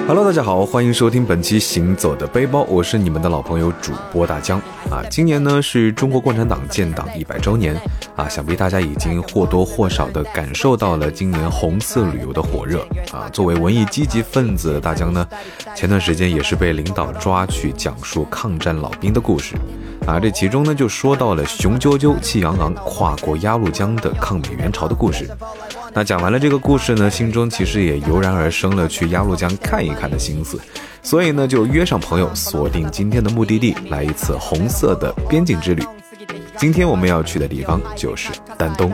Hello， 大家好，欢迎收听本期行走的背包，我是你们的老朋友主播大江今年呢是中国共产党建党100周年想必大家已经或多或少的感受到了今年红色旅游的火热作为文艺积极分子的大江呢，前段时间也是被领导抓去讲述抗战老兵的故事这其中呢就说到了雄赳赳气昂昂跨过鸭绿江的抗美援朝的故事。那讲完了这个故事呢，心中其实也油然而生了去鸭绿江看一看的心思，所以呢就约上朋友锁定今天的目的地，来一次红色的边境之旅。今天我们要去的地方就是丹东。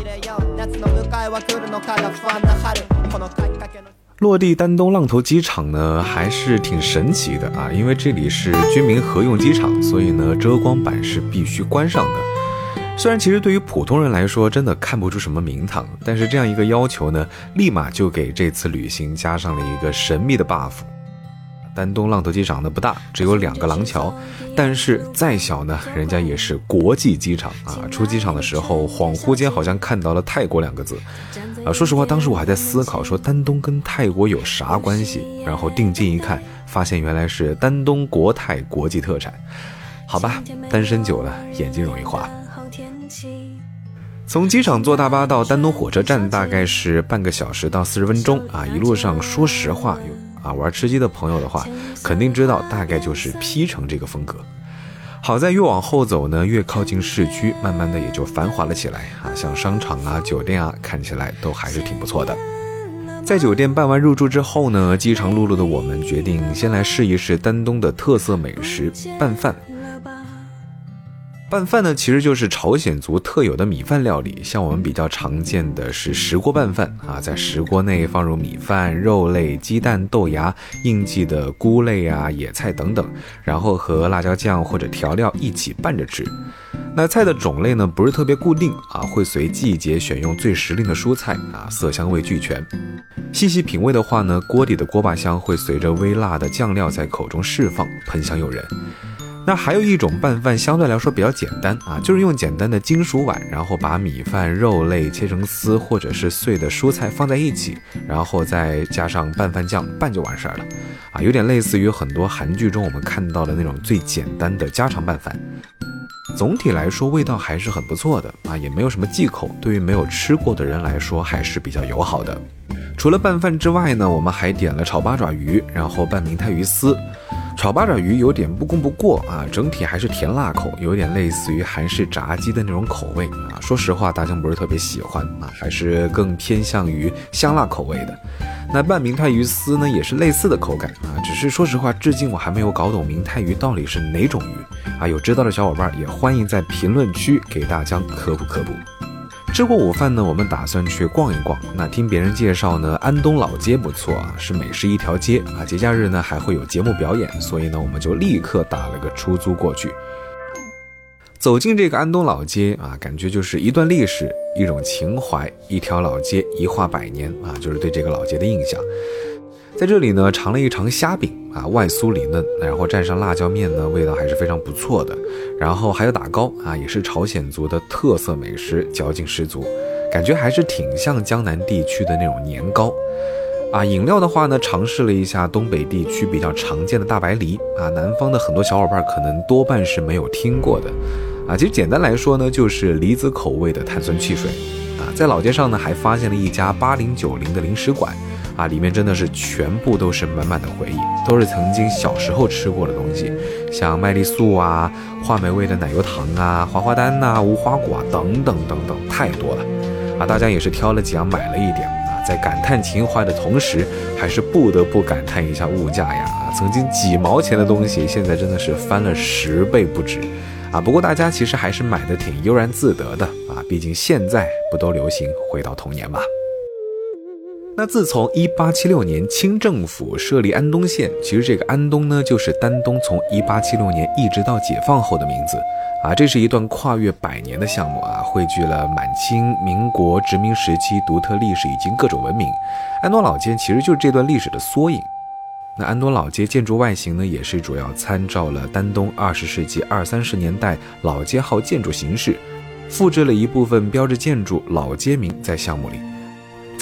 落地丹东浪头机场呢还是挺神奇的因为这里是军民合用机场，所以呢遮光板是必须关上的。虽然其实对于普通人来说真的看不出什么名堂，但是这样一个要求呢，立马就给这次旅行加上了一个神秘的 buff。 丹东浪头机场呢不大，只有2个廊桥，但是再小呢人家也是国际机场出机场的时候恍惚间好像看到了泰国2个字说实话当时我还在思考说丹东跟泰国有啥关系，然后定睛一看发现原来是丹东国泰国际特产。好吧，单身久了眼睛容易花。从机场坐大巴到丹东火车站大概是半个小时到40分钟一路上说实话玩吃鸡的朋友的话肯定知道大概就是 P 城这个风格。好在越往后走呢，越靠近市区，慢慢的也就繁华了起来像商场酒店看起来都还是挺不错的。在酒店办完入住之后呢，饥肠辘辘的我们决定先来试一试丹东的特色美食拌饭。拌饭呢其实就是朝鲜族特有的米饭料理，像我们比较常见的是石锅拌饭在石锅内放入米饭、肉类、鸡蛋、豆芽、应季的菇类野菜等等，然后和辣椒酱或者调料一起拌着吃。那菜的种类呢不是特别固定会随季节选用最时令的蔬菜色香味俱全。细细品味的话呢，锅底的锅巴香会随着微辣的酱料在口中释放，喷香诱人。那还有一种拌饭相对来说比较简单就是用简单的金属碗，然后把米饭、肉类切成丝或者是碎的蔬菜放在一起，然后再加上拌饭酱拌就完事儿了有点类似于很多韩剧中我们看到的那种最简单的家常拌饭。总体来说味道还是很不错的也没有什么忌口，对于没有吃过的人来说还是比较友好的。除了拌饭之外呢，我们还点了炒八爪鱼，然后拌明太鱼丝。炒八爪鱼有点不攻不过整体还是甜辣口，有点类似于韩式炸鸡的那种口味说实话大家不是特别喜欢还是更偏向于香辣口味的。那拌明太鱼丝呢也是类似的口感只是说实话至今我还没有搞懂明太鱼到底是哪种鱼有知道的小伙伴也欢迎在评论区给大家科普科普。吃过午饭呢，我们打算去逛一逛。那听别人介绍呢，安东老街不错是美食一条街节假日呢还会有节目表演，所以呢我们就立刻打了个出租过去。走进这个安东老街感觉就是一段历史，一种情怀，一条老街一化百年就是对这个老街的印象。在这里呢尝了一尝虾饼外酥里嫩，然后蘸上辣椒面呢味道还是非常不错的。然后还有打糕也是朝鲜族的特色美食，嚼劲十足，感觉还是挺像江南地区的那种年糕饮料的话呢，尝试了一下东北地区比较常见的大白梨南方的很多小伙伴可能多半是没有听过的其实简单来说呢就是梨子口味的碳酸汽水在老街上呢还发现了一家8090的零食馆里面真的是全部都是满满的回忆，都是曾经小时候吃过的东西，像麦丽素话梅味的奶油糖滑花丹无花果等等等等，太多了大家也是挑了几样买了一点在感叹情怀的同时，还是不得不感叹一下物价曾经几毛钱的东西现在真的是翻了10倍不止不过大家其实还是买的挺悠然自得的毕竟现在不都流行回到童年嘛。那自从1876年清政府设立安东县，其实这个安东呢就是丹东从1876年一直到解放后的名字这是一段跨越100年的项目汇聚了满清、民国、殖民时期独特历史以及各种文明。安东老街其实就是这段历史的缩影。那安东老街建筑外形呢，也是主要参照了丹东20世纪20-30年代老街号建筑形式，复制了一部分标志建筑老街名在项目里。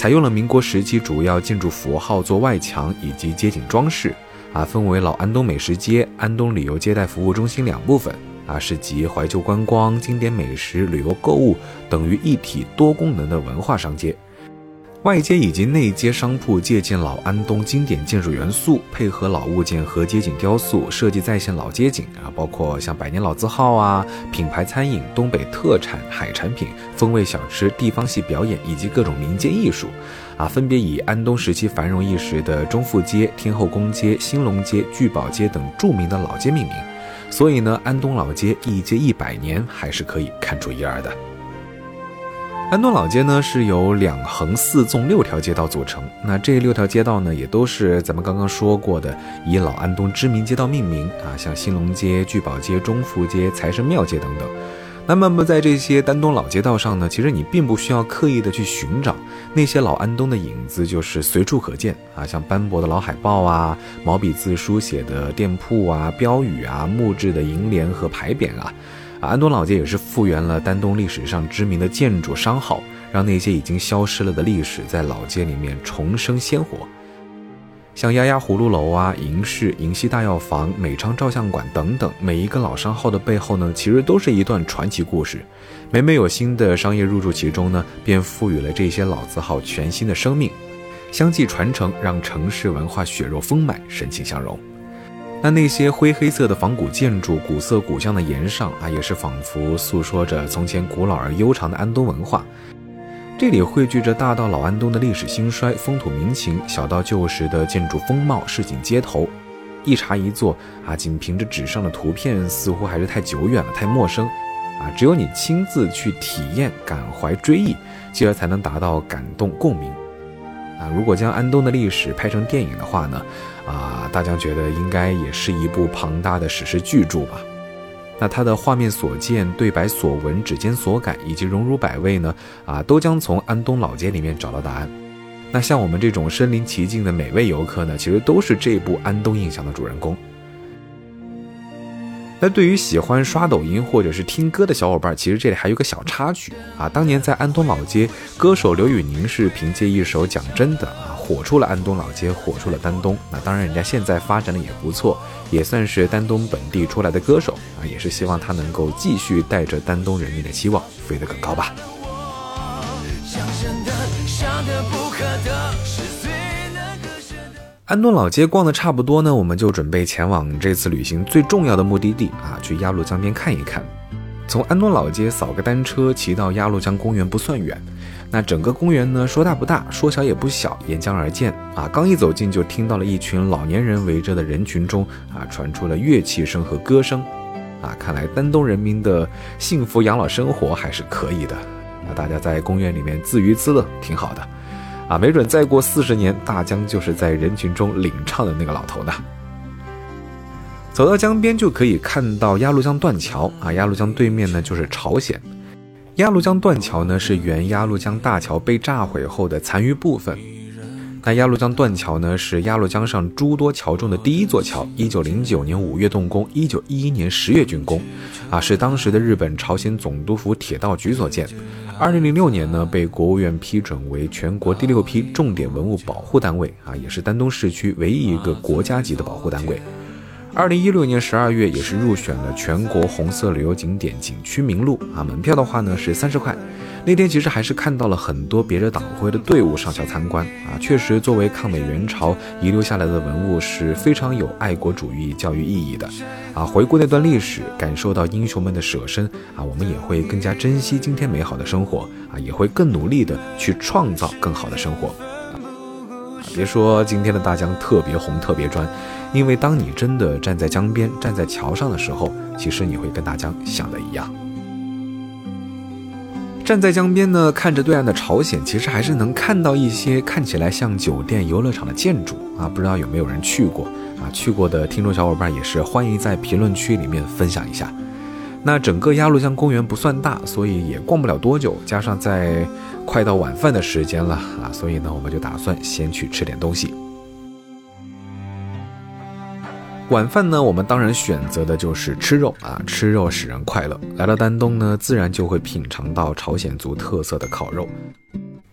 采用了民国时期主要建筑符号做外墙以及街景装饰，分为老安东美食街、安东旅游接待服务中心2部分，是集怀旧观光、经典美食、旅游购物等于一体多功能的文化商街。外街以及内街商铺借鉴老安东经典建筑元素，配合老物件和街景雕塑，设计再现老街景，包括像百年老字号品牌餐饮、东北特产、海产品、风味小吃、地方戏表演以及各种民间艺术，分别以安东时期繁荣一时的中富街、天后宫街、兴隆街、聚宝街等著名的老街命名。所以呢，安东老街一街100年还是可以看出一二的。安东老街呢是由2横4纵6条街道组成，那这6条街道呢也都是咱们刚刚说过的以老安东知名街道命名像兴隆街、聚宝街、中富街、财神庙街等等。那么在这些丹东老街道上呢，其实你并不需要刻意的去寻找，那些老安东的影子就是随处可见像斑驳的老海报毛笔字书写的店铺标语木质的楹联和牌匾安东老街也是复原了丹东历史上知名的建筑商号，让那些已经消失了的历史在老街里面重生鲜活。像丫丫葫芦楼银饰、银溪大药房、美昌照相馆等等，每一个老商号的背后呢，其实都是一段传奇故事。每有新的商业入驻其中呢，便赋予了这些老字号全新的生命，相继传承，让城市文化血肉丰满，神情相融。那些灰黑色的仿古建筑、古色古香的檐上也是仿佛诉说着从前古老而悠长的安东文化。这里汇聚着大到老安东的历史兴衰、风土民情，小到旧时的建筑风貌、市井街头，一茶一坐仅凭着纸上的图片似乎还是太久远了，太陌生只有你亲自去体验、感怀、追忆，继而才能达到感动共鸣如果将安东的历史拍成电影的话呢大家觉得应该也是一部庞大的史诗巨著吧。那它的画面所见、对白所闻、指尖所感以及荣辱百味呢都将从安东老街里面找到答案。那像我们这种身临其境的每位游客呢，其实都是这部安东印象的主人公。那对于喜欢刷抖音或者是听歌的小伙伴，其实这里还有个小插曲当年在安东老街，歌手刘宇宁是凭借一首《讲真的》火出了安东老街，火出了丹东。那当然人家现在发展的也不错，也算是丹东本地出来的歌手也是希望他能够继续带着丹东人民的期望飞得更高吧。安东老街逛得差不多呢，我们就准备前往这次旅行最重要的目的地去鸭绿江边看一看。从安东老街扫个单车骑到鸭绿江公园不算远，那整个公园呢，说大不大，说小也不小，沿江而建刚一走近就听到了一群老年人围着的人群中传出了乐器声和歌声看来丹东人民的幸福养老生活还是可以的大家在公园里面自娱自乐挺好的没准再过40年，大江就是在人群中领唱的那个老头呢。走到江边就可以看到鸭绿江断桥鸭绿江对面呢就是朝鲜。鸭绿江断桥呢是原鸭绿江大桥被炸毁后的残余部分。那鸭绿江断桥呢是鸭绿江上诸多桥中的第一座桥，1909年5月动工，1911年10月竣工是当时的日本朝鲜总督府铁道局所建。2006年呢被国务院批准为全国第6批重点文物保护单位也是丹东市区唯一一个国家级的保护单位。2016年12月也是入选了全国红色旅游景点景区名录门票的话呢是30块。那天其实还是看到了很多别着党徽的队伍上桥参观确实作为抗美援朝遗留下来的文物是非常有爱国主义教育意义的回顾那段历史，感受到英雄们的舍身我们也会更加珍惜今天美好的生活也会更努力的去创造更好的生活别说今天的大江特别红特别专，因为当你真的站在江边站在桥上的时候，其实你会跟大江想的一样。站在江边呢，看着对岸的朝鲜，其实还是能看到一些看起来像酒店游乐场的建筑不知道有没有人去过去过的听众小伙伴也是欢迎在评论区里面分享一下。那整个鸭绿江公园不算大，所以也逛不了多久，加上在快到晚饭的时间了所以呢我们就打算先去吃点东西。晚饭呢，我们当然选择的就是吃肉吃肉使人快乐。来到丹东呢，自然就会品尝到朝鲜族特色的烤肉。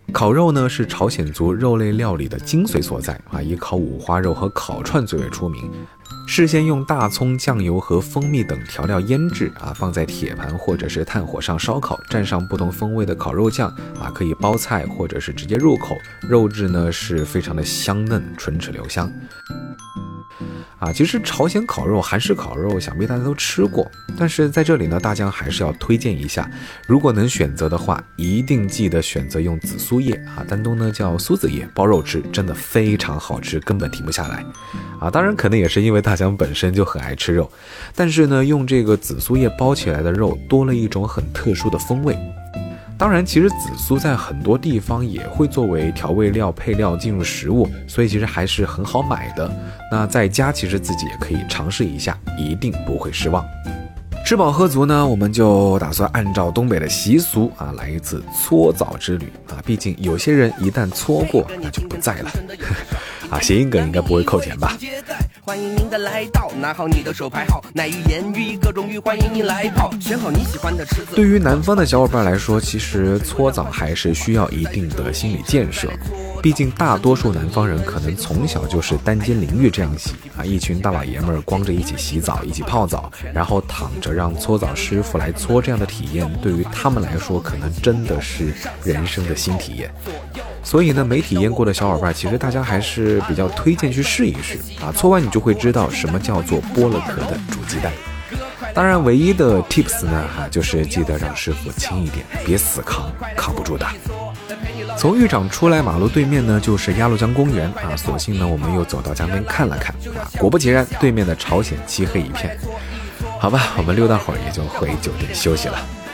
烤肉呢是朝鲜族肉类料理的精髓所在啊，以烤五花肉和烤串最为出名。事先用大葱、酱油和蜂蜜等调料腌制啊，放在铁盘或者是炭火上烧烤，蘸上不同风味的烤肉酱啊，可以包菜或者是直接入口。肉质呢是非常的香嫩，唇齿留香。其实朝鲜烤肉、韩式烤肉想必大家都吃过，但是在这里呢，大江还是要推荐一下，如果能选择的话，一定记得选择用紫苏叶丹东呢叫苏子叶包肉吃，真的非常好吃，根本停不下来当然可能也是因为大江本身就很爱吃肉，但是呢，用这个紫苏叶包起来的肉多了一种很特殊的风味。当然其实紫苏在很多地方也会作为调味料配料进入食物，所以其实还是很好买的。那在家其实自己也可以尝试一下，一定不会失望。吃饱喝足呢，我们就打算按照东北的习俗来一次搓澡之旅毕竟有些人一旦搓过那就不在了谐音梗应该不会扣钱吧。 欢迎您的来到，拿好你的手牌号，奶浴、盐浴各种浴，欢迎您来泡，选好你喜欢的池子。 对于南方的小伙伴来说，其实搓澡还是需要一定的心理建设，毕竟大多数南方人可能从小就是单间淋浴这样洗一群大老爷们儿光着一起洗澡，一起泡澡，然后躺着让搓澡师傅来搓，这样的体验对于他们来说可能真的是人生的新体验。所以呢，没体验过的小伙伴，其实大家还是比较推荐去试一试搓完你就会知道什么叫做剥了壳的煮鸡蛋。当然唯一的 tips 呢就是记得让师傅轻一点，别死扛，扛不住的。从浴场出来，马路对面呢就是鸭绿江公园索性呢我们又走到江边看了看果不其然，对面的朝鲜漆黑一片。好吧，我们溜达会儿也就回酒店休息了。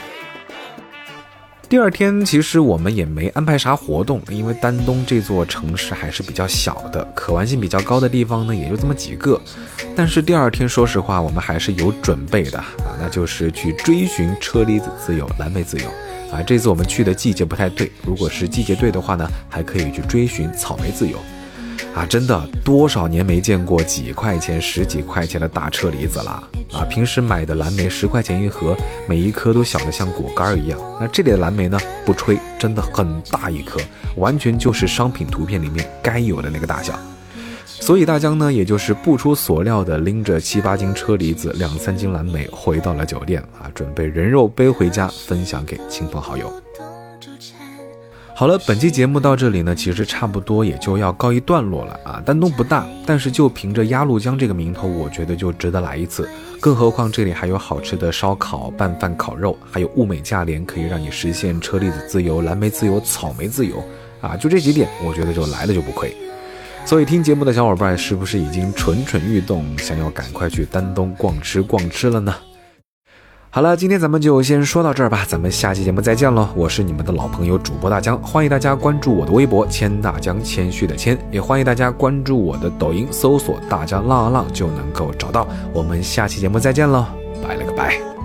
第二天其实我们也没安排啥活动，因为丹东这座城市还是比较小的，可玩性比较高的地方呢也就这么几个。但是第二天说实话我们还是有准备的那就是去追寻车厘子自由、蓝莓自由这次我们去的季节不太对，如果是季节对的话呢，还可以去追寻草莓自由真的多少年没见过几块钱、10几块钱的大车厘子了平时买的蓝莓10块钱一盒，每一颗都小得像果干一样。那这里的蓝莓呢，不吹，真的很大一颗，完全就是商品图片里面该有的那个大小。所以大江呢，也就是不出所料的拎着7、8斤车厘子、2、3斤蓝莓回到了酒店准备人肉背回家分享给亲朋好友。好了，本期节目到这里呢，其实差不多也就要告一段落了丹东不大，但是就凭着鸭绿江这个名头，我觉得就值得来一次。更何况这里还有好吃的烧烤、拌饭、烤肉，还有物美价廉，可以让你实现车厘子自由、蓝莓自由、草莓自由就这几点，我觉得就来了就不亏。所以听节目的小伙伴是不是已经蠢蠢欲动，想要赶快去丹东逛吃了呢？好了，今天咱们就先说到这儿吧，咱们下期节目再见咯。我是你们的老朋友主播大江，欢迎大家关注我的微博谦大江，谦虚的谦，也欢迎大家关注我的抖音，搜索大江浪浪就能够找到。我们下期节目再见咯，拜了个拜。